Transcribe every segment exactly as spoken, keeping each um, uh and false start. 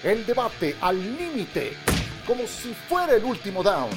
El debate al límite, como si fuera el último down.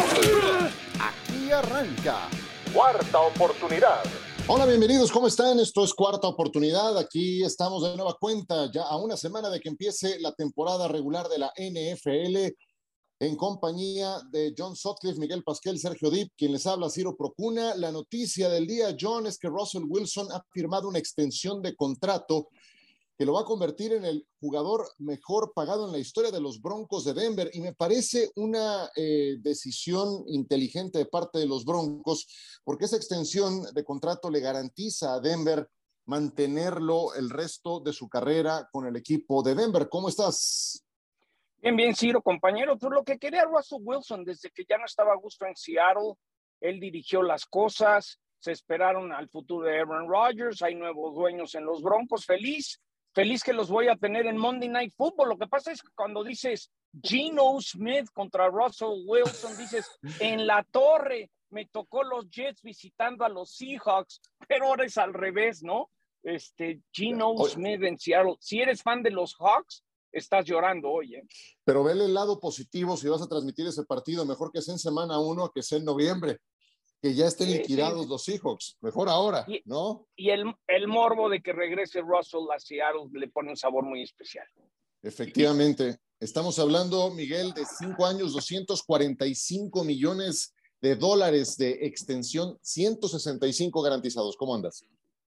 Aquí arranca Cuarta Oportunidad. Hola, bienvenidos, ¿cómo están? Esto es Cuarta Oportunidad. Aquí estamos de nueva cuenta, ya a una semana de que empiece la temporada regular de la N F L, en compañía de John Sutcliffe, Miguel Pasquel, Sergio Dip, quien les habla, Ciro Procuna. La noticia del día, John, es que Russell Wilson ha firmado una extensión de contrato que lo va a convertir en el jugador mejor pagado en la historia de los Broncos de Denver, y me parece una eh, decisión inteligente de parte de los Broncos, porque esa extensión de contrato le garantiza a Denver mantenerlo el resto de su carrera con el equipo de Denver. ¿Cómo estás? Bien, bien, Ciro, compañero. Pues lo que quería Russell Wilson desde que ya no estaba a gusto en Seattle, él dirigió las cosas, se esperaron al futuro de Aaron Rodgers, hay nuevos dueños en los Broncos, feliz, feliz que los voy a tener en Monday Night Football. Lo que pasa es que cuando dices Geno Smith contra Russell Wilson, dices, en la torre, me tocó los Jets visitando a los Seahawks, pero ahora es al revés, ¿no? Este, Geno Smith en Seattle. Si eres fan de los Hawks, estás llorando hoy, ¿eh? Pero vele el lado positivo si vas a transmitir ese partido. Mejor que sea en semana uno que sea en noviembre, que ya estén sí, liquidados sí. los Seahawks. Mejor ahora, y, ¿no? Y el, el morbo de que regrese Russell a Seattle le pone un sabor muy especial. Efectivamente. Estamos hablando, Miguel, de cinco años, doscientos cuarenta y cinco millones de dólares de extensión, ciento sesenta y cinco garantizados. ¿Cómo andas?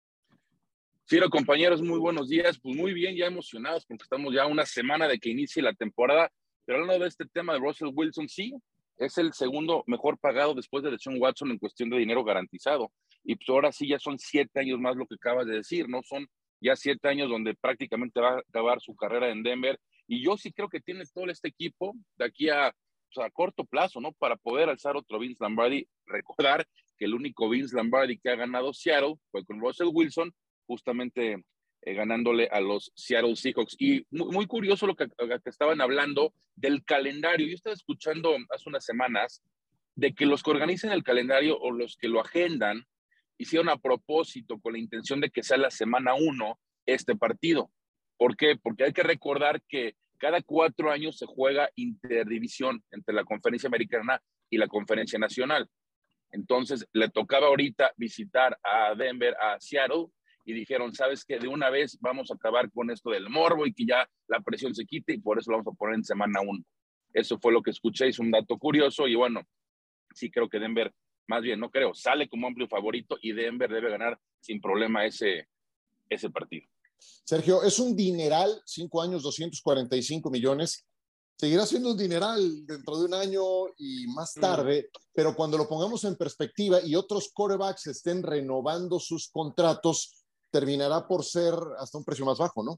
Ciro, compañeros, muy buenos días. Pues muy bien, ya emocionados porque estamos ya una semana de que inicie la temporada. Pero hablando de este tema de Russell Wilson, sí, es el segundo mejor pagado después de Deshaun Watson en cuestión de dinero garantizado. Y pues ahora sí ya son siete años más lo que acabas de decir, ¿no? Son ya siete años donde prácticamente va a acabar su carrera en Denver. Y yo sí creo que tiene todo este equipo de aquí a, pues a corto plazo, ¿no? Para poder alzar otro Vince Lombardi. Recordar que el único Vince Lombardi que ha ganado Seattle fue con Russell Wilson, justamente eh, ganándole a los Seattle Seahawks. Y muy, muy curioso lo que, lo que estaban hablando del calendario. Yo estaba escuchando hace unas semanas de que los que organizan el calendario o los que lo agendan hicieron a propósito con la intención de que sea la semana uno este partido. ¿Por qué? Porque hay que recordar que cada cuatro años se juega interdivisión entre la Conferencia Americana y la Conferencia Nacional. Entonces le tocaba ahorita visitar a Denver, a Seattle, y dijeron, ¿sabes qué? De una vez vamos a acabar con esto del morbo y que ya la presión se quite, y por eso lo vamos a poner en semana uno. Eso fue lo que escuché, es un dato curioso, y bueno, sí creo que Denver, más bien, no creo, sale como amplio favorito y Denver debe ganar sin problema ese, ese partido. Sergio, es un dineral, cinco años, doscientos cuarenta y cinco millones. Seguirá siendo un dineral dentro de un año y más tarde, mm. pero cuando lo pongamos en perspectiva y otros quarterbacks estén renovando sus contratos, terminará por ser hasta un precio más bajo, ¿no?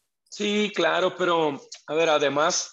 Sí, claro, pero a ver, además,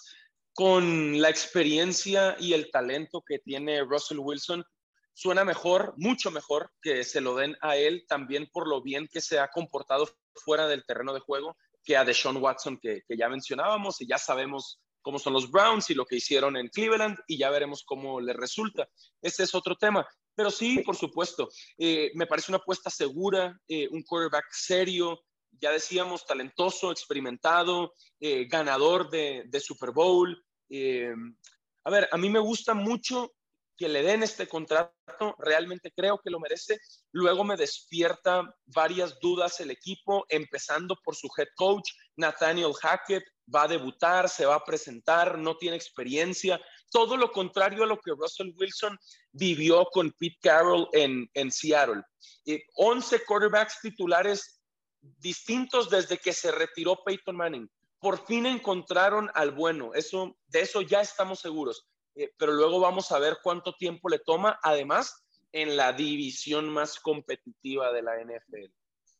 con la experiencia y el talento que tiene Russell Wilson, suena mejor, mucho mejor que se lo den a él, también por lo bien que se ha comportado fuera del terreno de juego, que a Deshaun Watson, que, que ya mencionábamos, y ya sabemos cómo son los Browns y lo que hicieron en Cleveland, y ya veremos cómo le resulta. Ese es otro tema. Pero sí, por supuesto, eh, me parece una apuesta segura, eh, un quarterback serio, ya decíamos, talentoso, experimentado, eh, ganador de, de Super Bowl. Eh, a ver, a mí me gusta mucho que le den este contrato, realmente creo que lo merece. Luego me despierta varias dudas el equipo, empezando por su head coach, Nathaniel Hackett. Va a debutar, se va a presentar, no tiene experiencia. Todo lo contrario a lo que Russell Wilson vivió con Pete Carroll en, en Seattle. Eh, once quarterbacks titulares distintos desde que se retiró Peyton Manning. Por fin encontraron al bueno. Eso, de eso ya estamos seguros. Eh, pero luego vamos a ver cuánto tiempo le toma, además, en la división más competitiva de la N F L.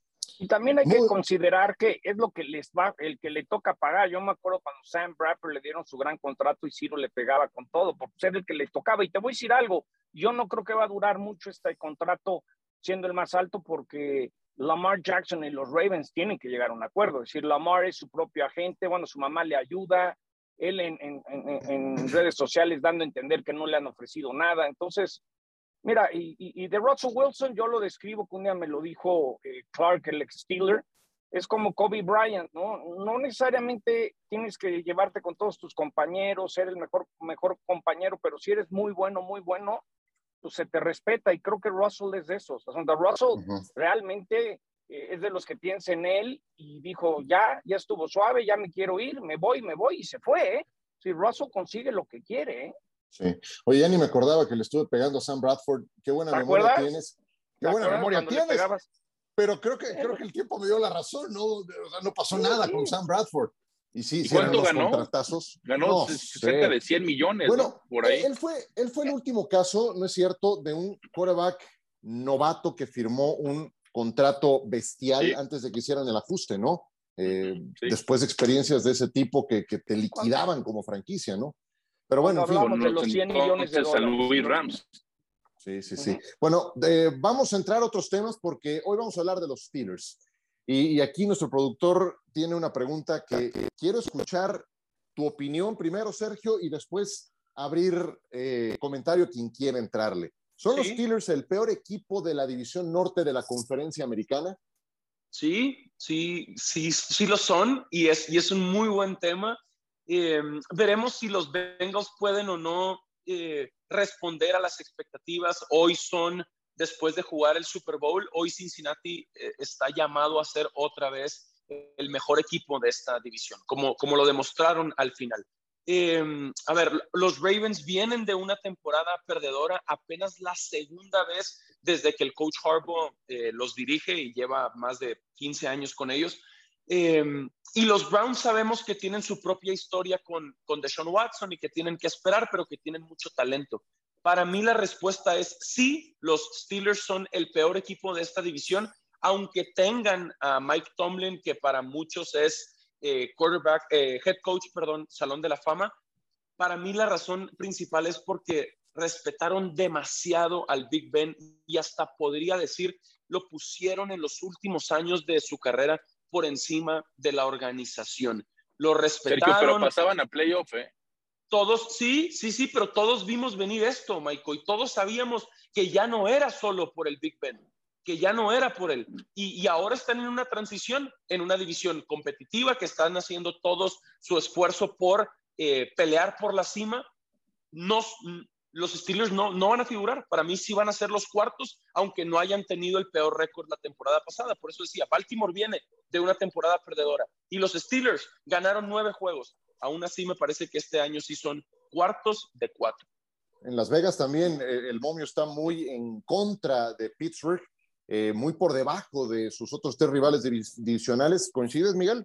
Y también hay que Muy... considerar que es lo que les va, el que le toca pagar. Yo me acuerdo cuando Sam Bradford le dieron su gran contrato y Ciro le pegaba con todo por ser el que le tocaba. Y te voy a decir algo, yo no creo que va a durar mucho este contrato siendo el más alto, porque Lamar Jackson y los Ravens tienen que llegar a un acuerdo. Es decir, Lamar es su propio agente, bueno, su mamá le ayuda, él en, en, en, en redes sociales dando a entender que no le han ofrecido nada. Entonces, mira, y, y, y de Russell Wilson yo lo describo, que un día me lo dijo eh, Clark, el ex Steeler, es como Kobe Bryant, ¿no? No necesariamente tienes que llevarte con todos tus compañeros, ser el mejor, mejor compañero, pero si eres muy bueno, muy bueno, pues se te respeta, y creo que Russell es de esos. O sea, Russell uh-huh. realmente eh, es de los que piensa en él y dijo, ya, ya estuvo suave, ya me quiero ir, me voy, me voy, y se fue, ¿eh? Si Russell consigue lo que quiere, ¿eh? Sí. Oye, ya ni me acordaba que le estuve pegando a Sam Bradford. Qué buena memoria tienes. Qué buena memoria tienes. Pero creo que, creo que el tiempo me dio la razón, ¿no? O sea, no pasó sí, nada sí. con Sam Bradford. Y sí, ¿Y sí cuánto eran ganó? Contratazos. Ganó no, cerca de cien millones, bueno, ¿no? Por ahí. Él fue, él fue el último caso, ¿no es cierto?, de un quarterback novato que firmó un contrato bestial sí. antes de que hicieran el ajuste, ¿no? Eh, sí. Después de experiencias de ese tipo que, que te liquidaban como franquicia, ¿no? Pero bueno, en fin. Hablamos de los cien millones de dólares. San Luis Rams. Sí, sí, sí. Uh-huh. Bueno, eh, vamos a entrar a otros temas porque hoy vamos a hablar de los Steelers. Y, y aquí nuestro productor tiene una pregunta que, que quiero escuchar tu opinión primero, Sergio, y después abrir eh, comentario quien quiera entrarle. ¿Son ¿Sí? los Steelers el peor equipo de la división norte de la conferencia americana? Sí, sí, sí, sí lo son, y es, y es un muy buen tema. Eh, veremos si los Bengals pueden o no eh, responder a las expectativas. Hoy son, después de jugar el Super Bowl, hoy Cincinnati eh, está llamado a ser otra vez el mejor equipo de esta división, como, como lo demostraron al final. Eh, a ver, los Ravens vienen de una temporada perdedora, apenas la segunda vez desde que el coach Harbaugh eh, los dirige y lleva más de quince años con ellos. Eh, y los Browns sabemos que tienen su propia historia con, con Deshaun Watson y que tienen que esperar, pero que tienen mucho talento. Para mí la respuesta es sí, los Steelers son el peor equipo de esta división, aunque tengan a Mike Tomlin, que para muchos es eh, quarterback, eh, head coach, perdón, Salón de la Fama. Para mí la razón principal es porque respetaron demasiado al Big Ben y hasta podría decir lo pusieron en los últimos años de su carrera por encima de la organización. Lo respetaron. Sergio, pero pasaban a playoff, ¿eh? Todos, sí, sí, sí, pero todos vimos venir esto, Michael, y todos sabíamos que ya no era solo por el Big Ben, que ya no era por él. Y, y ahora están en una transición, en una división competitiva, que están haciendo todos su esfuerzo por eh, pelear por la cima. Nos, los Steelers no, no van a figurar. Para mí sí van a ser los cuartos, aunque no hayan tenido el peor récord la temporada pasada. Por eso decía, Baltimore viene de una temporada perdedora y los Steelers ganaron nueve juegos. Aún así me parece que este año sí son cuartos de cuatro. En Las Vegas también eh, el momio está muy en contra de Pittsburgh, eh, muy por debajo de sus otros tres rivales divisionales. ¿Coincides, Miguel?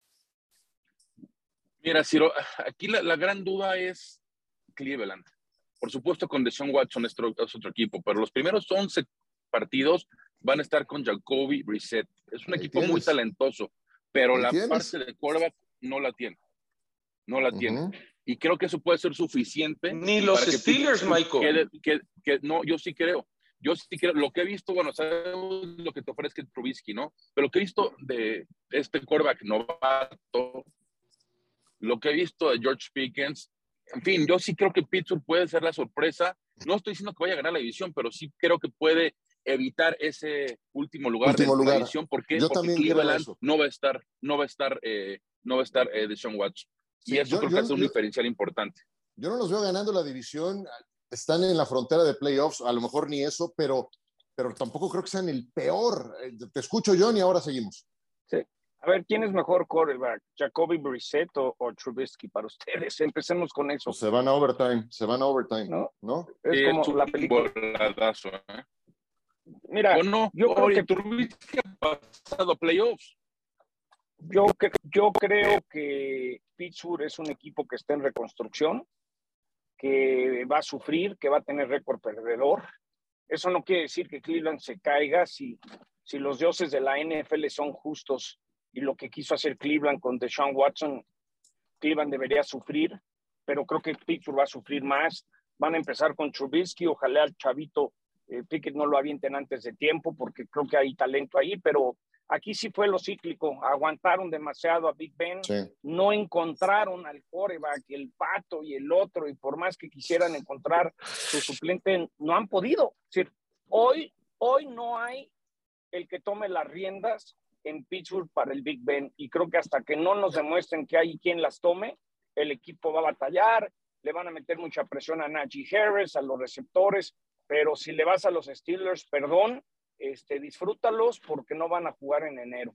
Mira, Ciro, aquí la, la gran duda es Cleveland. Por supuesto, con Deshaun Watson es otro, es otro equipo, pero los primeros once partidos van a estar con Jacoby Brissett. Es un Ahí equipo tienes. muy talentoso, pero Ahí la tienes. parte de quarterback no la tiene. No la uh-huh. tiene. Y creo que eso puede ser suficiente. Ni los Steelers, que, Michael. Que, que, que, no, yo sí creo. Yo sí creo. Lo que he visto, bueno, sabemos lo que te ofrece Trubisky, ¿no? Pero lo que he visto de este quarterback novato, lo que he visto de George Pickens, en fin, yo sí creo que Pittsburgh puede ser la sorpresa. No estoy diciendo que vaya a ganar la división, pero sí creo que puede evitar ese último lugar último de lugar. la división. ¿Por qué? Yo Porque también Cleveland no va a estar, no va a estar, eh, no va a estar eh, Deshaun Watson. Y sí, eso yo, creo yo, que es un yo, diferencial importante. Yo no los veo ganando la división. Están en la frontera de playoffs, a lo mejor ni eso, pero, pero tampoco creo que sean el peor. Te escucho, John, y ahora seguimos. Sí. A ver, ¿quién es mejor quarterback? ¿Jacoby Brissett o, o Trubisky para ustedes? Empecemos con eso. Pues se van a overtime, se van a overtime, ¿no? ¿no? Es sí, como es la película. Voladazo, ¿eh? Mira, bueno, yo creo oye, que Trubisky ha pasado a playoffs. Yo, yo creo que Pittsburgh es un equipo que está en reconstrucción, que va a sufrir, que va a tener récord perdedor. Eso no quiere decir que Cleveland se caiga si, si los dioses de la N F L son justos y lo que quiso hacer Cleveland con Deshaun Watson, Cleveland debería sufrir, pero creo que Pittsburgh va a sufrir más. Van a empezar con Trubisky, ojalá al chavito eh, Pickett no lo avienten antes de tiempo porque creo que hay talento ahí, pero aquí sí fue lo cíclico, aguantaron demasiado a Big Ben, sí. no encontraron al quarterback, el Pato y el otro, y por más que quisieran encontrar su suplente, no han podido. Es decir, hoy, hoy no hay el que tome las riendas en Pittsburgh para el Big Ben, y creo que hasta que no nos demuestren que hay quien las tome, el equipo va a batallar, le van a meter mucha presión a Najee Harris, a los receptores, pero si le vas a los Steelers, perdón, este, disfrútalos porque no van a jugar en enero.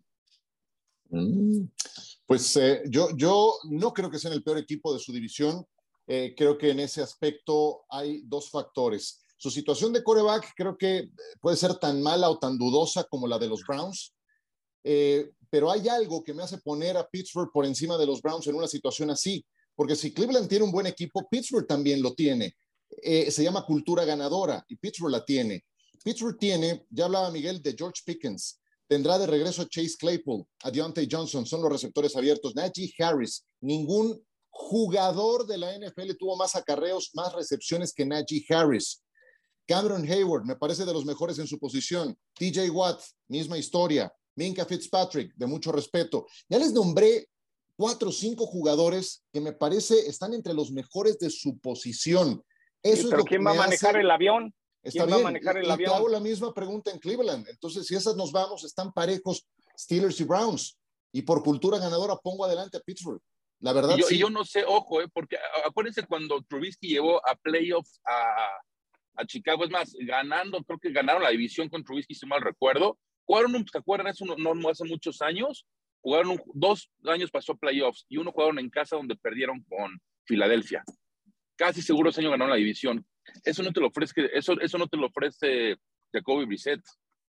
Mm. Pues eh, yo, yo no creo que sean el peor equipo de su división. Eh, creo que en ese aspecto hay dos factores. Su situación de quarterback creo que puede ser tan mala o tan dudosa como la de los Browns, eh, pero hay algo que me hace poner a Pittsburgh por encima de los Browns en una situación así, porque si Cleveland tiene un buen equipo, Pittsburgh también lo tiene. Eh, se llama cultura ganadora y Pittsburgh la tiene. Pittsburgh tiene, ya hablaba Miguel de George Pickens, tendrá de regreso a Chase Claypool, a Deontay Johnson, son los receptores abiertos, Najee Harris. Ningún jugador de la N F L tuvo más acarreos, más recepciones que Najee Harris. Cameron Hayward, me parece de los mejores en su posición. T J Watt, misma historia. Minkah Fitzpatrick, de mucho respeto. Ya les nombré cuatro o cinco jugadores que me parece están entre los mejores de su posición. Eso sí, es pero lo ¿quién que va me a manejar hace... el avión? Está ¿Quién bien, va a manejar el y, avión? Y te hago la misma pregunta en Cleveland. Entonces, si esas nos vamos, están parejos Steelers y Browns. Y por cultura ganadora pongo adelante a Pittsburgh. La verdad, y yo, sí. Y yo no sé, ojo, eh, porque acuérdense cuando Trubisky llevó a playoffs a, a Chicago, es más, ganando, creo que ganaron la división con Trubisky, si mal recuerdo. Jugaron, un, ¿se acuerdan? Eso no, no, no hace muchos años. Jugaron un, dos años pasó playoffs y uno jugaron en casa donde perdieron con Filadelfia. Casi seguro ese año ganaron la división. Eso no te lo ofrece, eso, eso no te lo ofrece Jacoby Brissett.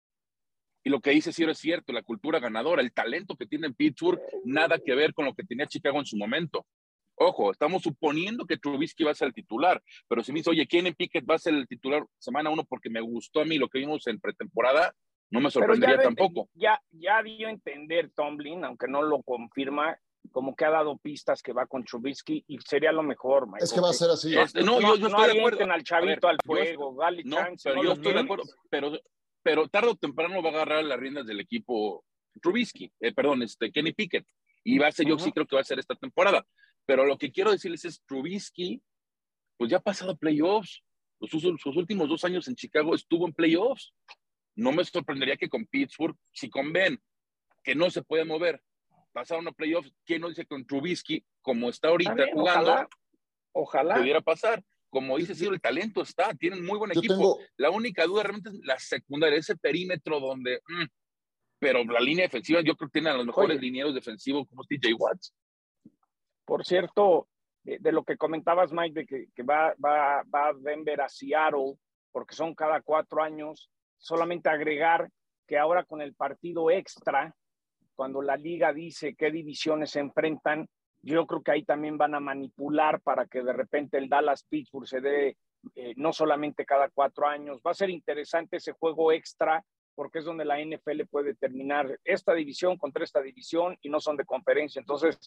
Y lo que dice sí es cierto, la cultura ganadora, el talento que tiene Pittsburgh, nada que ver con lo que tenía Chicago en su momento. Ojo, estamos suponiendo que Trubisky va a ser el titular, pero si me dice, oye, Kenny Pickett va a ser el titular semana uno porque me gustó a mí lo que vimos en pretemporada, no me sorprendería ya, tampoco. Ya, ya dio a entender Tomlin, aunque no lo confirma, como que ha dado pistas que va con Trubisky y sería lo mejor, Michael. Es que va a ser así. No, Este, no, no, yo, yo no estoy de acuerdo. al chavito ver, al fuego, yo, dale no, chance. Pero no yo lo estoy de tienes. acuerdo, pero, pero tarde o temprano va a agarrar las riendas del equipo Trubisky, eh, perdón, este, Kenny Pickett. Y va a ser, uh-huh. yo sí creo que va a ser esta temporada. Pero lo que quiero decirles es, Trubisky, pues ya ha pasado playoffs. Los, sus, sus últimos dos años en Chicago estuvo en playoffs. No me sorprendería que con Pittsburgh, si con Ben, que no se puede mover, pasaron a playoffs, ¿quién no dice con Trubisky, como está ahorita está bien, jugando? Ojalá, ojalá. Pudiera pasar. Como dice Ciro, el talento está, tienen muy buen Yo equipo. Tengo... La única duda realmente es la secundaria, ese perímetro donde... Mmm, pero la línea defensiva, yo creo que tienen a los mejores Oye, linieros defensivos como T J Watts. Por cierto, de, de lo que comentabas, Mike, de que, que va, va, va Denver a Seattle, porque son cada cuatro años, solamente agregar que ahora con el partido extra, cuando la liga dice qué divisiones se enfrentan, yo creo que ahí también van a manipular para que de repente el Dallas-Pittsburgh se dé eh, no solamente cada cuatro años. Va a ser interesante ese juego extra, porque es donde la N F L puede terminar esta división contra esta división y no son de conferencia. Entonces,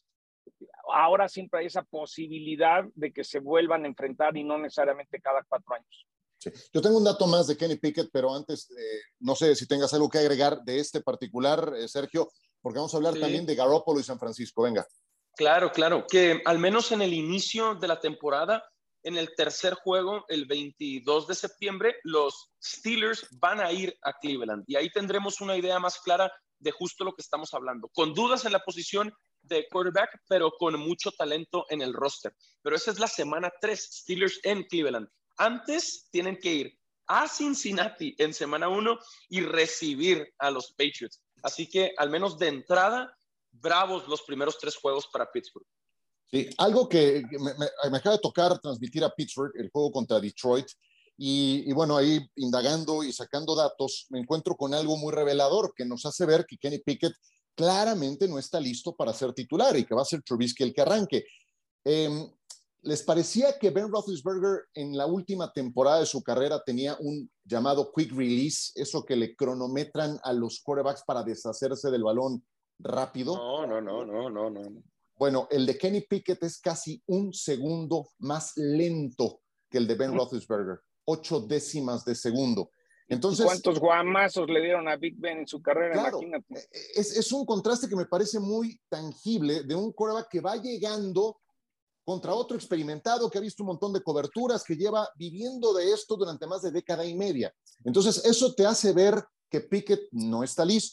ahora siempre hay esa posibilidad de que se vuelvan a enfrentar y no necesariamente cada cuatro años. Sí. Yo tengo un dato más de Kenny Pickett, pero antes, eh, no sé si tengas algo que agregar de este particular, eh, Sergio, porque vamos a hablar sí. también de Garoppolo y San Francisco. Venga. Claro, claro, que al menos en el inicio de la temporada, en el tercer juego, el veintidós de septiembre, los Steelers van a ir a Cleveland y ahí tendremos una idea más clara de justo lo que estamos hablando, con dudas en la posición de quarterback, pero con mucho talento en el roster. Pero esa es la semana tres, Steelers en Cleveland. Antes tienen que ir a Cincinnati en semana uno y recibir a los Patriots. Así que al menos de entrada, bravos los primeros tres juegos para Pittsburgh. Sí, algo que me, me, me acaba de tocar transmitir a Pittsburgh, el juego contra Detroit, y, y bueno, ahí indagando y sacando datos, me encuentro con algo muy revelador que nos hace ver que Kenny Pickett claramente no está listo para ser titular y que va a ser Trubisky el que arranque. Eh, ¿Les parecía que Ben Roethlisberger en la última temporada de su carrera tenía un llamado quick release, eso que le cronometran a los quarterbacks para deshacerse del balón rápido? No, no, no, no, no, no. Bueno, el de Kenny Pickett es casi un segundo más lento que el de Ben Roethlisberger, ocho décimas de segundo. Entonces, ¿cuántos guamazos le dieron a Big Ben en su carrera? Claro, Imagínate. Es, es un contraste que me parece muy tangible de un quarterback que va llegando contra otro experimentado que ha visto un montón de coberturas, que lleva viviendo de esto durante más de década y media. Entonces, eso te hace ver que Pickett no está listo.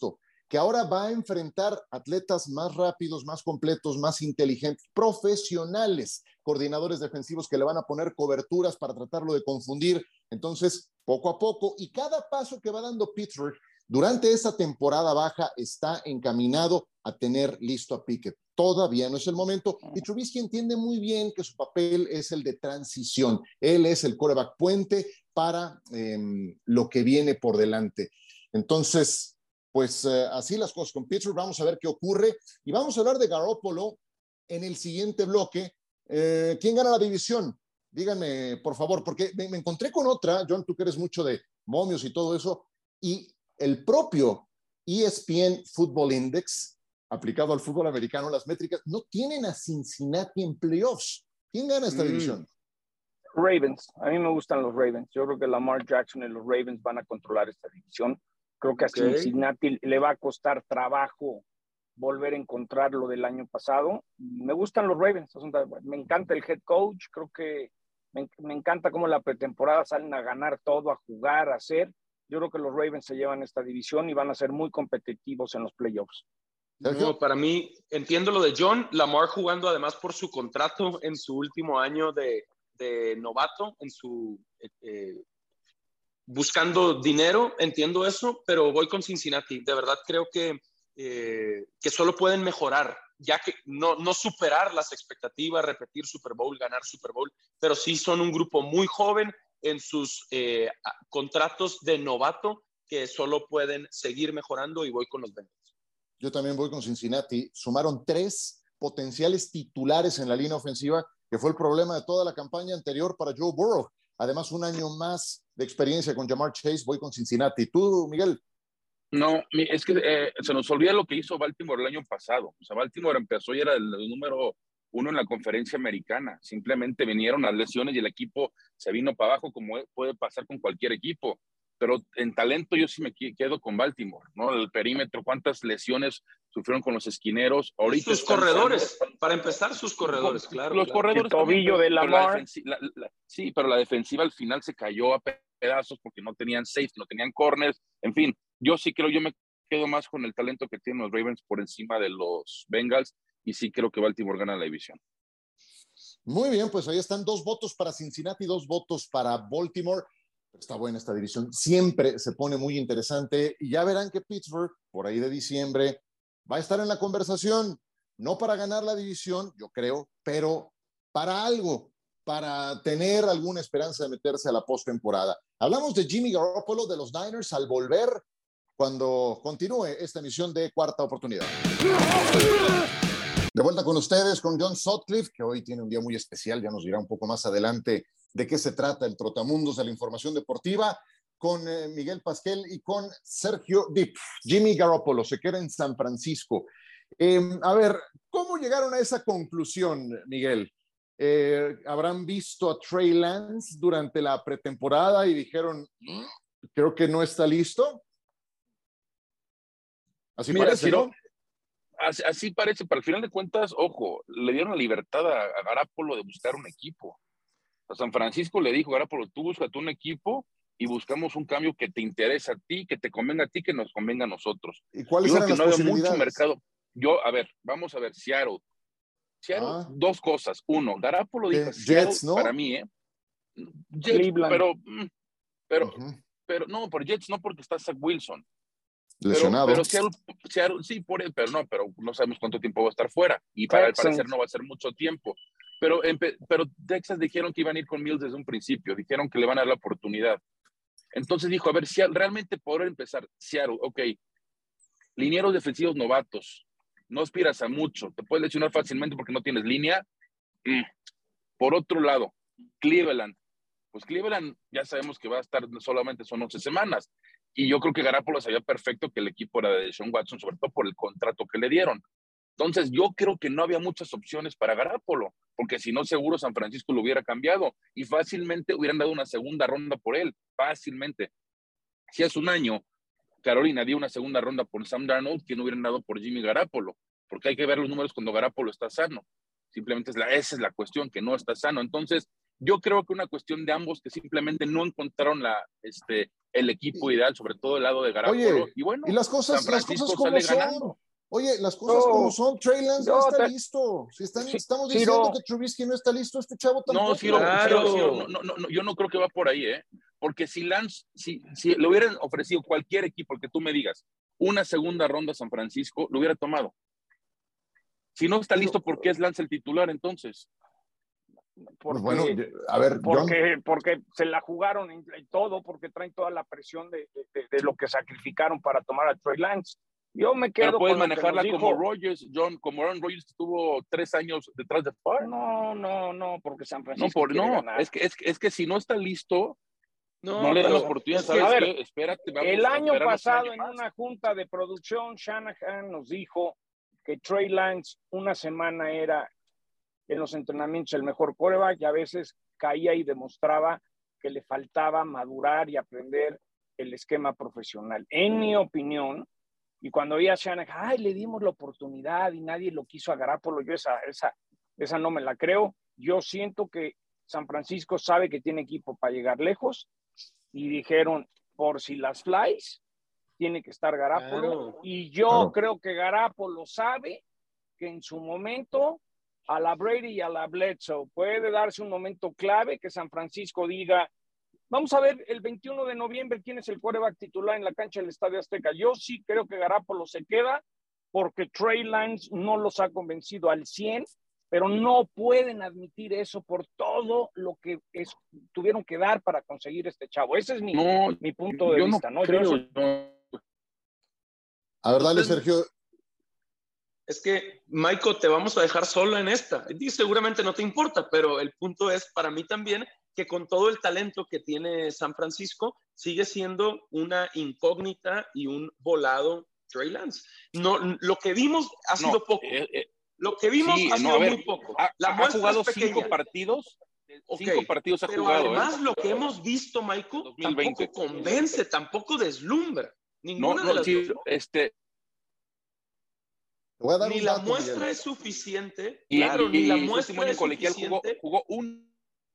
que ahora va a enfrentar atletas más rápidos, más completos, más inteligentes, profesionales, coordinadores defensivos que le van a poner coberturas para tratarlo de confundir. Entonces, poco a poco, y cada paso que va dando Pittsburgh durante esa temporada baja está encaminado a tener listo a Pickett. Todavía no es el momento, y Trubisky entiende muy bien que su papel es el de transición. Él es el quarterback puente para eh, lo que viene por delante. Entonces, pues eh, así las cosas con Pittsburgh. Vamos a ver qué ocurre, y vamos a hablar de Garoppolo en el siguiente bloque. Eh, ¿Quién gana la división? Díganme, por favor, porque me, me encontré con otra, John, tú que eres mucho de momios y todo eso, y el propio E S P N Football Index, aplicado al fútbol americano, las métricas, no tienen a Cincinnati en playoffs. ¿Quién gana esta mm. división? Ravens. A mí me gustan los Ravens. Yo creo que Lamar Jackson y los Ravens van a controlar esta división. Creo que a okay. Cincinnati le va a costar trabajo volver a encontrar lo del año pasado. Me gustan los Ravens. Me encanta el head coach. Creo que me, me encanta cómo la pretemporada salen a ganar todo, a jugar, a hacer. Yo creo que los Ravens se llevan esta división y van a ser muy competitivos en los playoffs. No, para mí, entiendo lo de John, Lamar jugando además por su contrato en su último año de, de novato, en su eh, buscando dinero, entiendo eso, pero voy con Cincinnati. De verdad creo que, eh, que solo pueden mejorar, ya que no, no superar las expectativas, repetir Super Bowl, ganar Super Bowl, pero sí son un grupo muy joven en sus eh, contratos de novato que solo pueden seguir mejorando, y voy con los Bengals. Yo también voy con Cincinnati. Sumaron tres potenciales titulares en la línea ofensiva, que fue el problema de toda la campaña anterior para Joe Burrow. Además, un año más de experiencia con Ja'Marr Chase. Voy con Cincinnati. ¿Tú, Miguel? No, es que eh, se nos olvida lo que hizo Baltimore el año pasado. O sea, Baltimore empezó y era el, el número uno en la conferencia americana. Simplemente vinieron las lesiones y el equipo se vino para abajo, como puede pasar con cualquier equipo. Pero en talento yo sí me quedo con Baltimore, ¿no? El perímetro, cuántas lesiones sufrieron con los esquineros. Ahorita sus corredores, siendo... para empezar, sus corredores, con, claro. Los claro. corredores. El tobillo de Lamar. La la, la, sí, pero la defensiva al final se cayó a pedazos porque no tenían safety, no tenían corners. En fin, yo sí creo, yo me quedo más con el talento que tienen los Ravens por encima de los Bengals, y sí creo que Baltimore gana la división. Muy bien, pues ahí están dos votos para Cincinnati, dos votos para Baltimore. Está buena esta división, siempre se pone muy interesante, y ya verán que Pittsburgh, por ahí de diciembre, va a estar en la conversación, no para ganar la división, yo creo, pero para algo, para tener alguna esperanza de meterse a la postemporada. Hablamos de Jimmy Garoppolo de los Niners al volver, cuando continúe esta emisión de Cuarta Oportunidad. De vuelta con ustedes, con John Sutcliffe, que hoy tiene un día muy especial, ya nos dirá un poco más adelante de qué se trata el trotamundos de la información deportiva, con eh, Miguel Pasquel y con Sergio Dip. Jimmy Garoppolo se queda en San Francisco. Eh, a ver, ¿cómo llegaron a esa conclusión, Miguel? Eh, ¿Habrán visto a Trey Lance durante la pretemporada y dijeron, creo que no está listo? Así Mira, parece, si ¿no? no, así, así parece, pero al final de cuentas, ojo, le dieron la libertad a, a Garoppolo de buscar un equipo. A San Francisco le dijo, Garoppolo, tú búscate un equipo y buscamos un cambio que te interesa a ti, que te convenga a ti, que nos convenga a nosotros. ¿Y cuáles Yo eran creo que las no había posibilidades? mucho mercado. Yo, a ver, vamos a ver, Seattle. Seattle, ah. dos cosas. Uno, Garoppolo dijo, Jets, ¿no? Para mí, ¿eh? Jets, Cleveland. pero, pero, uh-huh. pero, no, por Jets no, porque está Zach Wilson. Lesionado. Pero, pero Seattle, Seattle, sí, por él, pero no, pero no sabemos cuánto tiempo va a estar fuera. Y para el parecer no va a ser mucho tiempo. Pero, pero Texas dijeron que iban a ir con Mills desde un principio, dijeron que le van a dar la oportunidad. Entonces dijo, a ver, si realmente poder empezar, Seattle, ok, linieros defensivos novatos, no aspiras a mucho, te puedes lesionar fácilmente porque no tienes línea. Mm. Por otro lado, Cleveland, pues Cleveland ya sabemos que va a estar solamente son once semanas, y yo creo que Garoppolo sabía perfecto que el equipo era de Deshaun Watson, sobre todo por el contrato que le dieron. Entonces, yo creo que no había muchas opciones para Garoppolo, porque si no, seguro San Francisco lo hubiera cambiado y fácilmente hubieran dado una segunda ronda por él, fácilmente. Si hace un año Carolina dio una segunda ronda por Sam Darnold, que no hubieran dado por Jimmy Garoppolo, porque hay que ver los números cuando Garoppolo está sano. Simplemente es la, esa es la cuestión, que no está sano. Entonces, yo creo que una cuestión de ambos que simplemente no encontraron la, este, el equipo ideal, sobre todo el lado de Garoppolo. Oye, y bueno, y las cosas, San las Francisco cosas como sale son. ganando. Oye, las cosas No, como son. Trey Lance no yo está te- listo. Si están, Sí, estamos Ciro. diciendo que Trubisky no está listo, este chavo tampoco. No, Ciro, Claro. Ciro, Ciro, no, no, no, no, yo no creo que va por ahí, ¿eh? Porque si Lance, si, si le hubieran ofrecido cualquier equipo, el que tú me digas, una segunda ronda a San Francisco, lo hubiera tomado. Si no está Pero- listo, ¿por qué es Lance el titular entonces? Porque, Pues bueno, a ver, John, porque, porque se la jugaron en, en todo, porque traen toda la presión de, de, de lo que sacrificaron para tomar a Trey Lance. Yo me quedo Pero puedes con lo que manejarla nos como dijo. Rodgers, John, como Aaron Rodgers que estuvo tres años detrás de Favre. No, no, no, porque San No, Francisco por, quiere no, ganar. es que, es, que, es que si no está listo, no, No, le dan la pero oportunidad, es que, ¿sabes a ver, qué? Espérate, vamos El a año esperarnos un pasado, año en más. una junta de producción, Shanahan nos dijo que Trey Lance una semana era en los entrenamientos el mejor quarterback y a veces caía y demostraba que le faltaba madurar y aprender el esquema profesional. En mi opinión, y cuando vi a Shanahan, ay, le dimos la oportunidad y nadie lo quiso a Garoppolo, yo esa, esa, esa no me la creo. Yo siento que San Francisco sabe que tiene equipo para llegar lejos y dijeron, por si las flies, tiene que estar Garoppolo. Claro. Y yo Claro. creo que Garoppolo sabe que en su momento a la Brady y a la Bledsoe puede darse un momento clave que San Francisco diga, vamos a ver el veintiuno de noviembre quién es el quarterback titular en la cancha del Estadio Azteca. Yo sí creo que Garoppolo se queda porque Trey Lance no los ha convencido al cien, pero no pueden admitir eso por todo lo que es, tuvieron que dar para conseguir este chavo. Ese es mi, No, mi punto de yo vista, no ¿no? creo, Yo eso- no. a ver, dale, Entonces- Sergio. Es que, Michael, te vamos a dejar solo en esta. Y seguramente no te importa, pero el punto es para mí también que con todo el talento que tiene San Francisco, sigue siendo una incógnita y un volado Trey Lance. No, lo que vimos ha No, sido poco. eh, eh, Lo que vimos sí, ha no, sido a ver, muy poco. ha, La ha muestra jugado es pequeña. cinco partidos. Ok, Cinco partidos ha pero jugado, además ¿eh? lo que hemos visto, Michael, dos mil veinte. tampoco convence, tampoco deslumbra. Ninguna No, de no, las sí, dos. este, Te voy a dar Ni un la dato, muestra Miguel. es suficiente. y, Claro, y- ni la y su último muestra año es en colegial jugó, suficiente. jugó un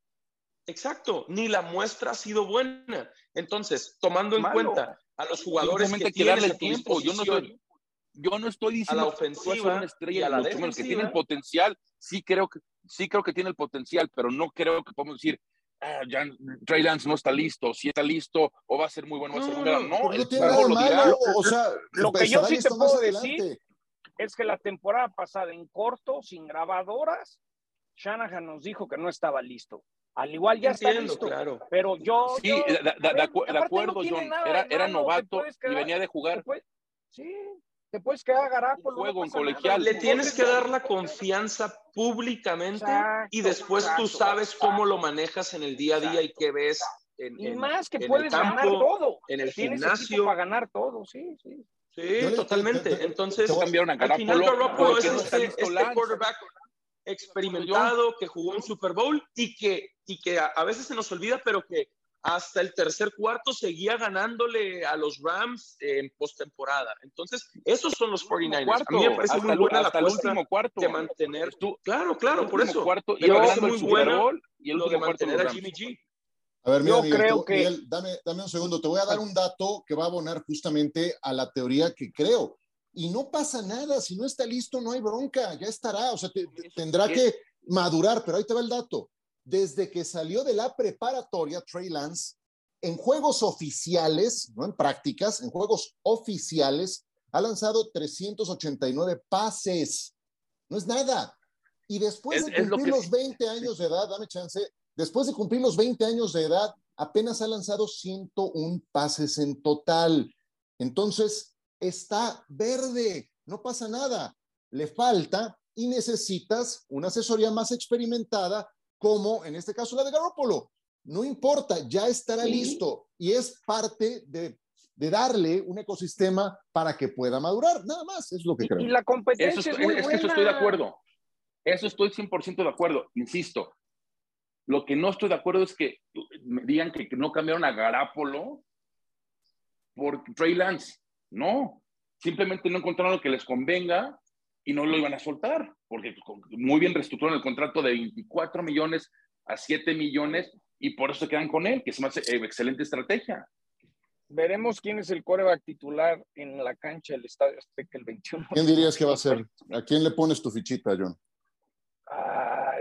Exacto, ni la muestra ha sido buena. Entonces, tomando en Malo. cuenta a los jugadores simplemente que hay que darle tienes el a tu tiempo. Yo no disposición, estoy, yo no estoy a la diciendo que va a ser ofensiva una y estrella, a ni la mucho menos, que tiene el defensiva, potencial. Sí creo que, sí creo que tiene el potencial, pero no creo que podamos decir, ah, ya Trey Lance no está listo, si está listo, o va a ser muy bueno, va a ser No, muy bueno. no, No, Pero no el tiene tiempo nada de lo dirá. malo. O sea, Lo que yo estará sí te listo más puedo adelante. decir es que la temporada pasada en corto, sin grabadoras, Shanahan nos dijo que no estaba listo. Al igual ya está entiendo, listo. claro. Pero yo, Sí, yo de, de- a de ver, acu- de aparte acuerdo, no tiene John. nada Era, de era malo, te novato puedes y quedar- venía de te jugar puedes- sí, te puedes quedar a Garoppolo, un juego no en pasa nada. colegial. Le tienes Entonces, que dar la confianza públicamente Exacto, y después tú exacto. sabes cómo lo manejas en el día a día y qué ves en, Y en- más que en el puedes ganar campo, todo. en el Tienes gimnasio. equipo para ganar todo, sí, sí. Sí, Yo le- totalmente. te- te- Entonces, te voy a- cambiaron a al final Garoppolo Garoppolo porque es no está este, listo este Lance. quarterback experimentado que jugó un Super Bowl y que, y que a, a veces se nos olvida, pero que hasta el tercer cuarto seguía ganándole a los Rams en postemporada. Entonces, esos son los cuarenta y nueve ers. A mí me parece hasta muy el- buena la hasta el apuesta último cuarto. de mantener. Estuvo- Claro, claro, el por último eso. cuarto, Me iba parece ganando el muy Super buena Bowl y el lo de último cuarto mantener a los Jimmy Rams. G. A ver, mira, Yo Miguel, creo te- que- Miguel, dame, dame un segundo. Te voy a dar un dato que va a abonar justamente a la teoría que creo. Y no pasa nada. Si no está listo, no hay bronca. Ya estará. O sea, te- te- tendrá que madurar. Pero ahí te va el dato. Desde que salió de la preparatoria, Trey Lance, en juegos oficiales, no en prácticas, en juegos oficiales, ha lanzado trescientos ochenta y nueve pases. No es nada. Y después Es- de es lo cumplir que- los veinte años de edad, dame chance, después de cumplir los veinte años de edad, apenas ha lanzado ciento uno pases en total. Entonces, está verde, no pasa nada. Le falta y necesitas una asesoría más experimentada, como en este caso la de Garoppolo. No importa, ya estará Sí. listo y es parte de, de darle un ecosistema para que pueda madurar. Nada más, es lo que Y, creo. y la competencia Eso es estoy- muy es, que buena. eso estoy de acuerdo. Eso estoy cien por ciento de acuerdo. Insisto, lo que no estoy de acuerdo es que me digan que, que no cambiaron a Garoppolo por Trey Lance. No, simplemente no encontraron lo que les convenga y no lo iban a soltar, porque muy bien reestructuraron el contrato de veinticuatro millones a siete millones y por eso se quedan con él, que es una excelente estrategia. Veremos quién es el quarterback titular en la cancha del Estadio Azteca el veintiuno. ¿Quién dirías que va a ser? ¿A quién le pones tu fichita, John? Ah,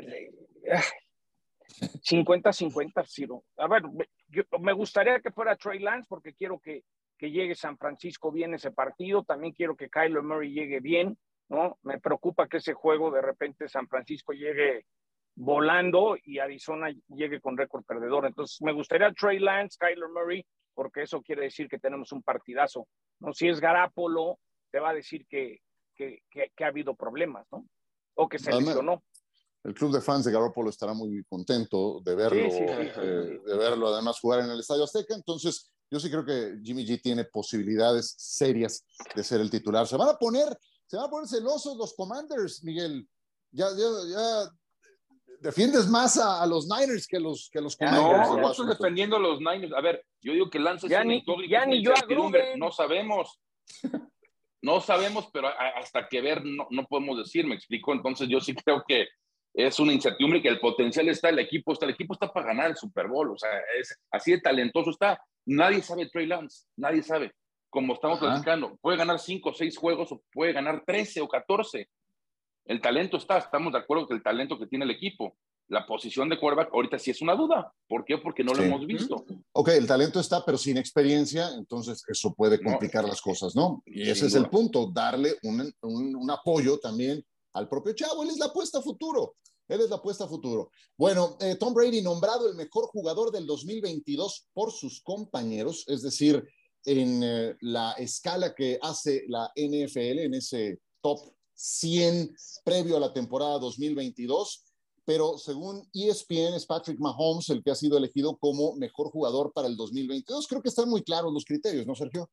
cincuenta cincuenta, Ciro. A ver, yo, me gustaría que fuera Trey Lance porque quiero que, que llegue San Francisco bien ese partido. También quiero que Kyler Murray llegue bien, ¿no? Me preocupa que ese juego de repente San Francisco llegue volando y Arizona llegue con récord perdedor. Entonces, me gustaría Trey Lance, Kyler Murray, porque eso quiere decir que tenemos un partidazo, ¿no? Si es Garoppolo, te va a decir que, que, que, que ha habido problemas, ¿no? O que se lesionó. El club de fans de Garoppolo estará muy contento de verlo, sí, sí, sí, eh, sí. de verlo además jugar en el Estadio Azteca. Entonces, yo sí creo que Jimmy G tiene posibilidades serias de ser el titular. Se van a poner, se van a poner celosos los Commanders, Miguel. Ya, ya, ya defiendes más a, a los Niners que los que los Commanders. No, no estoy defendiendo a los Niners. A ver, yo digo que Lance es una incógnita, ya ni yo incertidumbre. No sabemos. No sabemos, pero hasta que ver no, no podemos decir, me explico. Entonces yo sí creo que es una incertidumbre y que el potencial está, el equipo está, el equipo está para ganar el Super Bowl, o sea, es así de talentoso está. Nadie sabe Trey Lance, nadie sabe. Como estamos Ajá. platicando, puede ganar cinco o seis juegos o puede ganar trece o catorce. El talento está, estamos de acuerdo que el talento que tiene el equipo. La posición de quarterback ahorita sí es una duda. ¿Por qué? Porque no sí. lo hemos visto. Ok, el talento está, pero sin experiencia, entonces eso puede complicar no. las cosas, ¿no? Y ese sin es duda. el punto, darle un, un, un apoyo también al propio chavo. Él es la apuesta a futuro. Él es la apuesta a futuro. Bueno, eh, Tom Brady nombrado el mejor jugador del dos mil veintidós por sus compañeros, es decir, en eh, la escala que hace la N F L, en ese top cien previo a la temporada dos mil veintidós, pero según E S P N es Patrick Mahomes el que ha sido elegido como mejor jugador para el dos mil veintidós. Creo que están muy claros los criterios, ¿no, Sergio?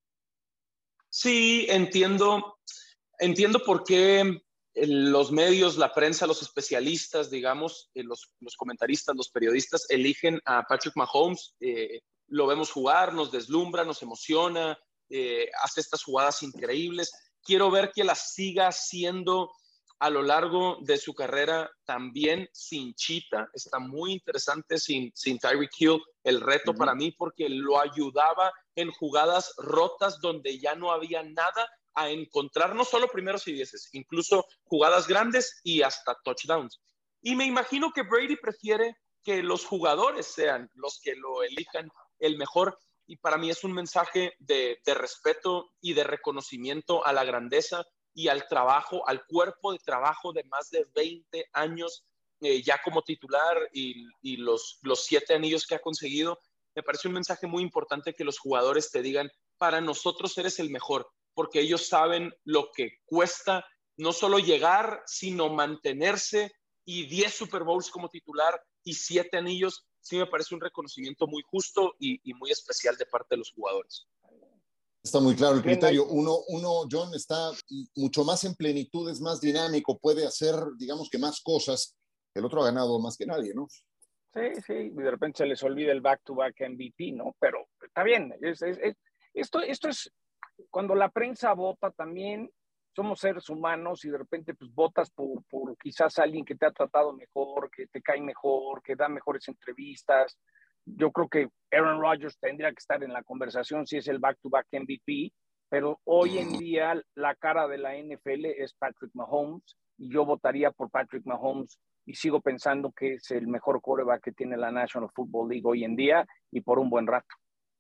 Sí, entiendo, entiendo por qué los medios, la prensa, los especialistas, digamos, los, los comentaristas, los periodistas eligen a Patrick Mahomes. Eh, lo vemos jugar, nos deslumbra, nos emociona, eh, hace estas jugadas increíbles. Quiero ver que las siga haciendo a lo largo de su carrera también sin Cheetah. Está muy interesante sin, sin Tyreek Hill el reto uh-huh. para mí porque lo ayudaba en jugadas rotas donde ya no había nada a encontrar, no solo primeros y dieces, incluso jugadas grandes y hasta touchdowns. Y me imagino que Brady prefiere que los jugadores sean los que lo elijan el mejor, y para mí es un mensaje de, de respeto y de reconocimiento a la grandeza y al trabajo, al cuerpo de trabajo de más de veinte años eh, ya como titular y, y los, los siete anillos que ha conseguido. Me parece un mensaje muy importante que los jugadores te digan, para nosotros eres el mejor, porque ellos saben lo que cuesta no solo llegar, sino mantenerse, y diez Super Bowls como titular y siete anillos. Sí me parece un reconocimiento muy justo y, y muy especial de parte de los jugadores. Está muy claro el criterio. Uno, uno, John, está mucho más en plenitud, es más dinámico, puede hacer, digamos que más cosas. El otro ha ganado más que nadie, ¿no? Sí, sí, y de repente se les olvida el back-to-back M V P, ¿no? Pero está bien. Es, es, es, esto, esto es, cuando la prensa vota también, somos seres humanos y de repente pues votas por, por quizás alguien que te ha tratado mejor, que te cae mejor, que da mejores entrevistas. Yo creo que Aaron Rodgers tendría que estar en la conversación si es el back-to-back M V P, pero hoy en día la cara de la N F L es Patrick Mahomes y yo votaría por Patrick Mahomes y sigo pensando que es el mejor quarterback que tiene la National Football League hoy en día y por un buen rato.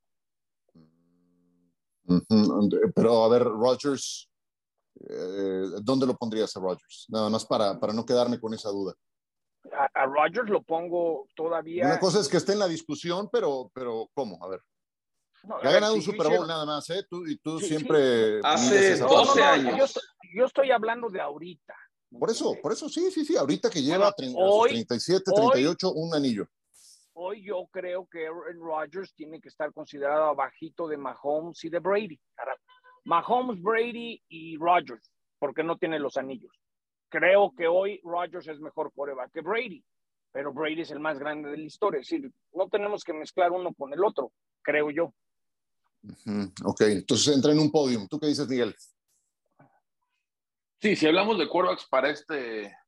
Uh-huh. Pero a ver, Rodgers, eh, ¿dónde lo pondrías a Rodgers? Nada más para, para no quedarme con esa duda. A, a Rodgers lo pongo todavía. Una cosa es que esté en la discusión, pero, pero ¿cómo? A ver. No, ha ganado si un Super Bowl hiciera... nada más, ¿eh? Tú, y tú sí, siempre... Sí. Hace doce no, no, años. Yo estoy, yo estoy hablando de ahorita. Por eso, por eso, sí, sí, sí. Ahorita que lleva bueno, treinta, hoy, treinta y siete, treinta y ocho, hoy, un anillo. Hoy yo creo que Aaron Rodgers tiene que estar considerado abajito de Mahomes y de Brady. Mahomes, Brady y Rodgers, porque no tiene los anillos. Creo que hoy Rodgers es mejor quarterback que Brady, pero Brady es el más grande de la historia. Es decir, no tenemos que mezclar uno con el otro, creo yo. Uh-huh. Ok, entonces entra en un podium. ¿Tú qué dices, Miguel? Sí, si hablamos de quarterbacks para este,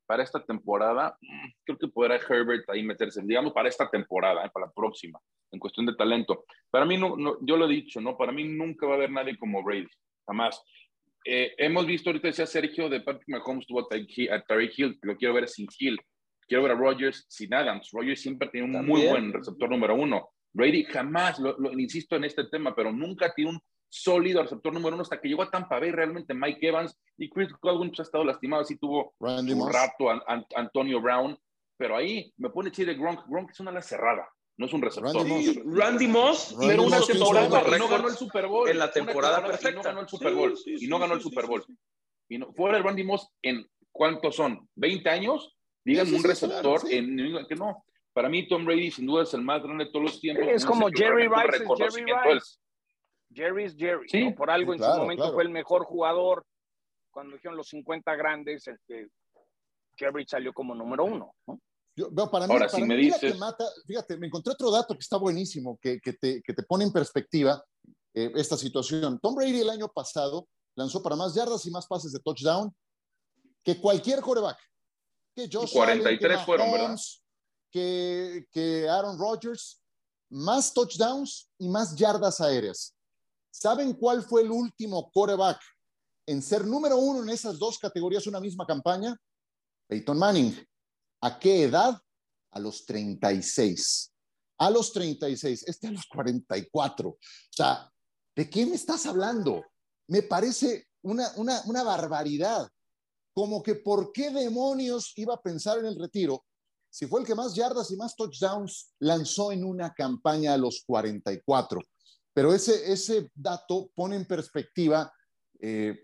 para esta temporada, creo que podrá Herbert ahí meterse, digamos, para esta temporada, ¿eh? Para la próxima, en cuestión de talento. Para mí, no, no, yo lo he dicho, ¿no? Para mí nunca va a haber nadie como Brady, jamás. Eh, hemos visto, ahorita decía Sergio, de Patrick Mahomes tuvo a Tyreek Hill, lo quiero ver sin Hill. Quiero ver a Rodgers sin Adams. Rodgers siempre tiene un ¿También? muy buen receptor número uno. Brady jamás, lo, lo, insisto en este tema, pero nunca tiene un sólido receptor número uno hasta que llegó a Tampa Bay. Realmente Mike Evans y Chris Godwin pues, ha estado lastimado, así tuvo Randy un rato a, a, Antonio Brown, pero ahí me pone chile Gronk. Gronk es una ala cerrada, no es un receptor. Randy Moss, sí, Randy Moss pero una temporada y no ganó el Super Bowl. En la temporada, temporada perfecta. Y no ganó el Super Bowl. Sí, sí, y no ganó sí, el Super Bowl. Sí, sí, sí. Y no, fuera de Randy Moss, ¿en cuántos son? ¿veinte años? Díganme sí, sí, un receptor sí, claro, sí. en New England que no. Para mí, Tom Brady sin duda es el más grande de todos los tiempos. Es como Jerry Rice, es Jerry Rice. Jerry es Jerry, ¿sí? ¿no? Por algo sí, en claro, su momento claro. fue el mejor jugador. Cuando dijeron los cincuenta grandes, el que Jerry salió como número uno, ¿no? Yo, no, para mí, Ahora, para si mí me dices... que mata, fíjate, me encontré otro dato que está buenísimo, que, que, te, que te pone en perspectiva eh, esta situación. Tom Brady el año pasado lanzó para más yardas y más pases de touchdown que cualquier quarterback. Que Josh cuarenta y tres Allen, que fueron, Mahomes, ¿verdad? Que, que Aaron Rodgers, más touchdowns y más yardas aéreas. ¿Saben cuál fue el último quarterback en ser número uno en esas dos categorías una misma campaña? Peyton Manning. ¿A qué edad? A los treinta y seis. A los treinta y seis. Este a los cuarenta y cuatro. O sea, ¿de qué me estás hablando? Me parece una, una, una barbaridad. Como que ¿por qué demonios iba a pensar en el retiro si fue el que más yardas y más touchdowns lanzó en una campaña a los cuarenta y cuatro? Pero ese, ese dato pone en perspectiva eh,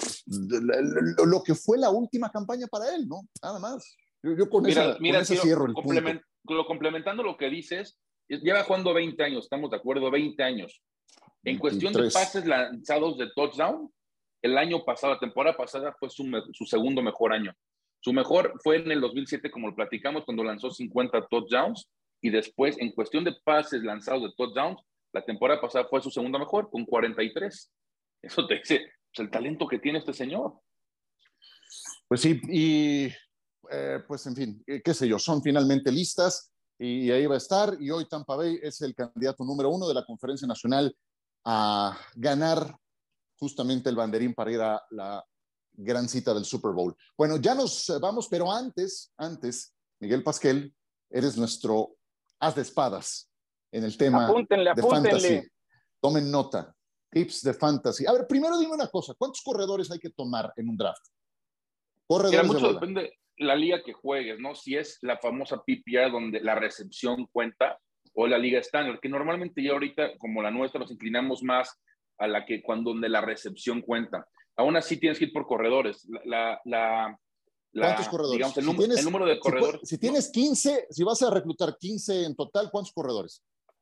lo, lo que fue la última campaña para él, ¿no? Nada más. Yo, yo con mira, esa, mira, con esa tío, cierro el complement, punto. Lo complementando lo que dices, lleva jugando veinte años, estamos de acuerdo, veinte años. En cuestión de pases lanzados de touchdown, el año pasado, la temporada pasada, fue su, su segundo mejor año. Su mejor fue en el dos mil siete, como lo platicamos, cuando lanzó cincuenta touchdowns, y después, en cuestión de pases lanzados de touchdowns, la temporada pasada fue su segundo mejor, con cuarenta y tres. Eso te dice pues, el talento que tiene este señor. Pues sí, y eh, pues en fin, qué sé yo, son finalmente listas, y ahí va a estar, y hoy Tampa Bay es el candidato número uno de la Conferencia Nacional a ganar justamente el banderín para ir a la gran cita del Super Bowl. Bueno, ya nos vamos, pero antes, antes, Miguel Pasquel, eres nuestro as de espadas en el tema apúntenle, de apúntenle. fantasy. Tomen nota, tips de fantasy. A ver, primero dime una cosa, ¿cuántos corredores hay que tomar en un draft? Corredores Mira, mucho de depende la liga que juegues, ¿no? Si es la famosa P P R donde la recepción cuenta o la liga estándar, que normalmente ya ahorita, como la nuestra, nos inclinamos más a la que cuando donde la recepción cuenta. Aún así tienes que ir por corredores. La, la, la, la ¿Cuántos corredores? Digamos, el, si num tienes, el número de corredores. Si, si tienes quince, si vas a reclutar quince en total, ¿cuántos corredores?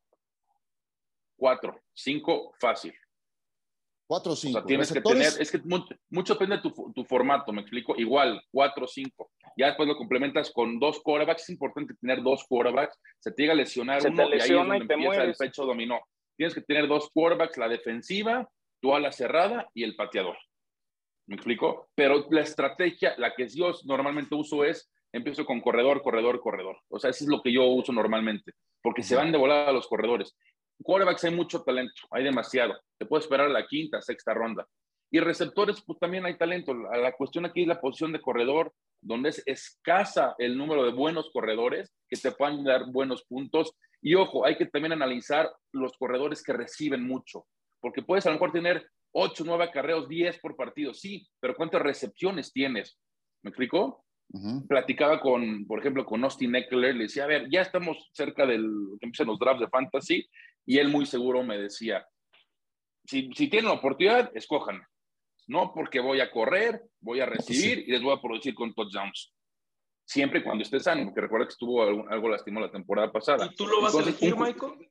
Cuatro, cinco, fácil. Cuatro o cinco. O sea, tienes ¿Receptores? que tener, es que mucho, mucho depende de tu, tu formato, me explico. Igual, cuatro o cinco. Ya después lo complementas con dos quarterbacks. Es importante tener dos quarterbacks. Se te llega a lesionar Se uno te lesiona y ahí es donde y te empieza mueres. el pecho dominó. Tienes que tener dos quarterbacks, la defensiva, tu ala cerrada y el pateador. ¿Me explico? Pero la estrategia, la que yo normalmente uso es, empiezo con corredor, corredor, corredor. O sea, eso es lo que yo uso normalmente, porque uh-huh. se van de volada los corredores. Quarterbacks hay mucho talento, hay demasiado. Te puedes esperar a la quinta, sexta ronda. Y receptores, pues también hay talento. La, la cuestión aquí es la posición de corredor, donde es escasa el número de buenos corredores que te puedan dar buenos puntos. Y ojo, hay que también analizar los corredores que reciben mucho, porque puedes a lo mejor tener ocho, nueve acarreos, diez por partido, sí, pero ¿cuántas recepciones tienes? ¿Me explico? Uh-huh. Platicaba con, por ejemplo, con Austin Eckler, le decía, a ver, ya estamos cerca del que empiezan los drafts de fantasy, y él muy seguro me decía, si, si tienen la oportunidad, escojan. No porque voy a correr, voy a recibir sí. y les voy a producir con touchdowns. Siempre y cuando esté sano, porque recuerda que estuvo algo, algo lastimado la temporada pasada. ¿Y tú lo vas Entonces, a elegir, un, Michael?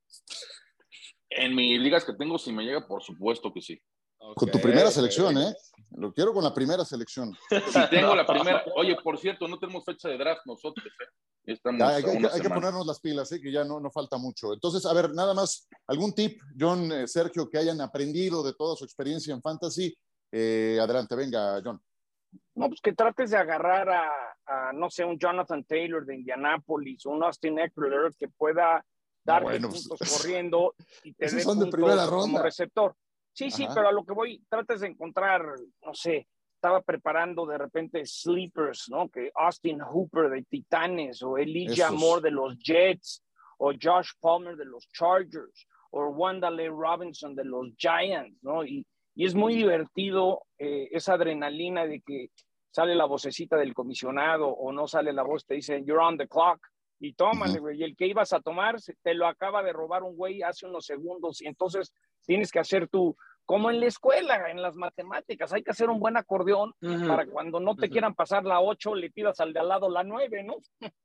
En mis ligas que tengo, si me llega, por supuesto que sí. Okay, con tu primera selección, ¿eh? Lo quiero con la primera selección. Si tengo la primera. Oye, por cierto, no tenemos fecha de draft nosotros, ¿eh? Estamos ya, hay, hay, hay que ponernos las pilas, ¿eh? Que ya no, no falta mucho. Entonces, a ver, nada más, algún tip, John, eh, Sergio, que hayan aprendido de toda su experiencia en fantasy. Eh, adelante, venga, John. No, pues que trates de agarrar a, a, no sé, un Jonathan Taylor de Indianapolis, un Austin Eckler que pueda darte no, bueno, puntos pues, corriendo y te dé son puntos de primera ronda. Como receptor. Sí, Ajá. sí, pero a lo que voy, tratas de encontrar, no sé, estaba preparando de repente sleepers, ¿no? Que Austin Hooper de Titanes, o Elijah Esos. Moore de los Jets, o Josh Palmer de los Chargers, o Wan'Dale Robinson de los Giants, ¿no? Y, y es muy divertido eh, esa adrenalina de que sale la vocecita del comisionado o no sale la voz, te dicen, you're on the clock, y tómale, güey, uh-huh. y el que ibas a tomar te lo acaba de robar un güey hace unos segundos, y entonces tienes que hacer tu, como en la escuela, en las matemáticas, hay que hacer un buen acordeón uh-huh. para cuando no te uh-huh. quieran pasar la ocho, le pidas al de al lado la nueve, ¿no?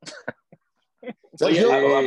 Oye, eh,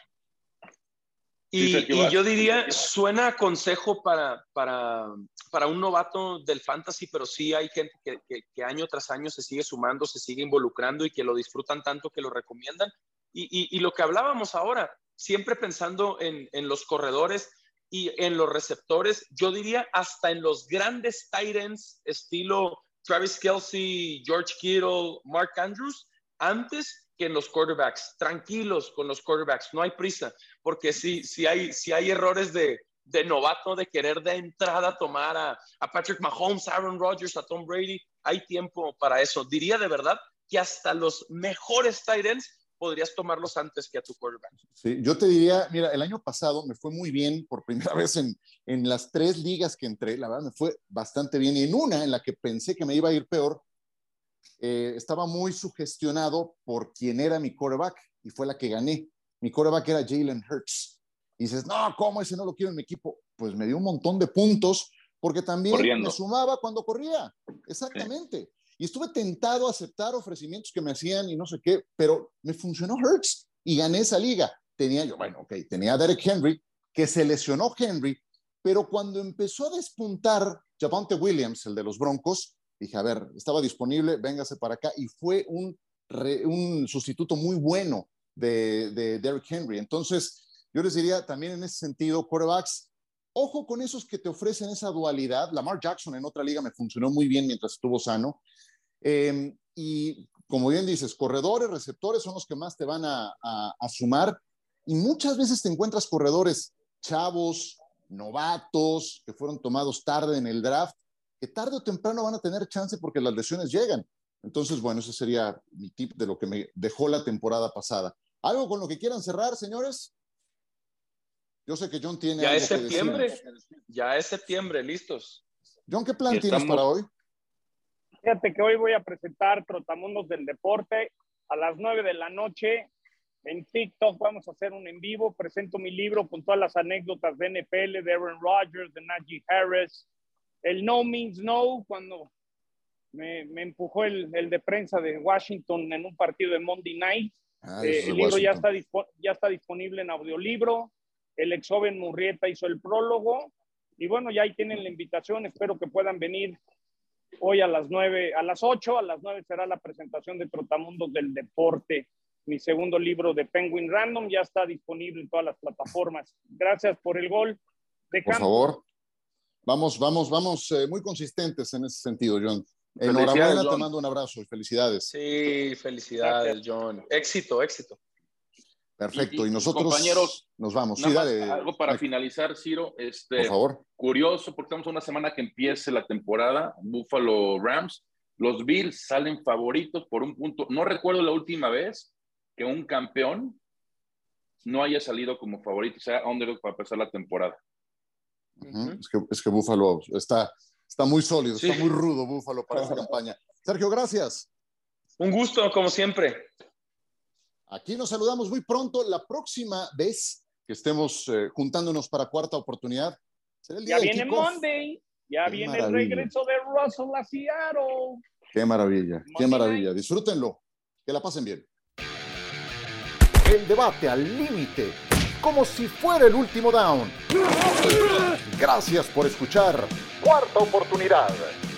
y, y yo diría, suena a consejo para, para, para un novato del fantasy, pero sí hay gente que, que, que año tras año se sigue sumando, se sigue involucrando y que lo disfrutan tanto que lo recomiendan. Y, y, y lo que hablábamos ahora, siempre pensando en, en los corredores y en los receptores, yo diría hasta en los grandes tight ends, estilo Travis Kelce, George Kittle, Mark Andrews, antes que en los quarterbacks. Tranquilos con los quarterbacks, no hay prisa, porque si, si, hay, si hay errores de, de novato, de querer de entrada tomar a, a Patrick Mahomes, a Aaron Rodgers, a Tom Brady, hay tiempo para eso. Diría de verdad que hasta los mejores tight ends podrías tomarlos antes que a tu quarterback. Sí, yo te diría, mira, el año pasado me fue muy bien por primera vez en, en las tres ligas que entré, la verdad me fue bastante bien, y en una en la que pensé que me iba a ir peor, eh, estaba muy sugestionado por quién era mi quarterback, y fue la que gané. Mi quarterback era Jalen Hurts. Y dices, no, ¿cómo ese no lo quiero en mi equipo? Pues me dio un montón de puntos, porque también Corriendo. me sumaba cuando corría. Exactamente. Sí. Y estuve tentado a aceptar ofrecimientos que me hacían y no sé qué, pero me funcionó Hurts y gané esa liga. Tenía yo, bueno, ok, tenía a Derek Henry, que se lesionó Henry, pero cuando empezó a despuntar Javonte Williams, el de los Broncos, dije, a ver, estaba disponible, véngase para acá, y fue un, re, un sustituto muy bueno de, de Derek Henry. Entonces, yo les diría también en ese sentido, quarterbacks, ojo con esos que te ofrecen esa dualidad. Lamar Jackson en otra liga me funcionó muy bien mientras estuvo sano. Eh, y como bien dices, corredores, receptores son los que más te van a, a, a sumar, y muchas veces te encuentras corredores chavos, novatos, que fueron tomados tarde en el draft, que tarde o temprano van a tener chance porque las lesiones llegan. Entonces, bueno, ese sería mi tip de lo que me dejó la temporada pasada. ¿Algo con lo que quieran cerrar, señores? Yo sé que John tiene ya algo es septiembre, que decir. Ya es septiembre, listos. John, ¿qué plan estamos... tienes para hoy? Fíjate que hoy voy a presentar Trotamundos del Deporte a las nueve de la noche en TikTok. Vamos a hacer un en vivo. Presento mi libro con todas las anécdotas de N F L, de Aaron Rodgers, de Najee Harris. El No Means No, cuando me, me empujó el, el de prensa de Washington en un partido de Monday Night. Ah, eh, el libro ya está, ya está disponible en audiolibro. El ex joven Murrieta hizo el prólogo. Y bueno, ya ahí tienen la invitación. Espero que puedan venir hoy a las nueve, a las ocho, a las nueve será la presentación de Trotamundos del Deporte. Mi segundo libro de Penguin Random ya está disponible en todas las plataformas. Gracias por el gol de Por campo. favor, vamos, vamos, vamos eh, muy consistentes en ese sentido, John. Enhorabuena, te mando un abrazo y felicidades. Sí, felicidades, John. Éxito, éxito. Perfecto, y, y nosotros compañeros, nos vamos. Sí, dale, algo para Mike. finalizar, Ciro. Este, Por favor. Curioso, porque estamos a una semana que empiece la temporada, Buffalo Rams. Los Bills salen favoritos por un punto. No recuerdo la última vez que un campeón no haya salido como favorito, o sea, underdog para empezar la temporada. Uh-huh. Es que, es que Buffalo está, está muy sólido, sí. Está muy rudo Buffalo para esta campaña. Sergio, gracias. Un gusto, como siempre. Aquí nos saludamos muy pronto. La próxima vez que estemos eh, juntándonos para cuarta oportunidad será el día ya del viene kickoff. Monday, ya qué viene maravilla. El regreso de Russell a Seattle. Qué maravilla, Monday qué maravilla. Night. Disfrútenlo, que la pasen bien. El debate al límite, como si fuera el último down. Gracias por escuchar Cuarta Oportunidad.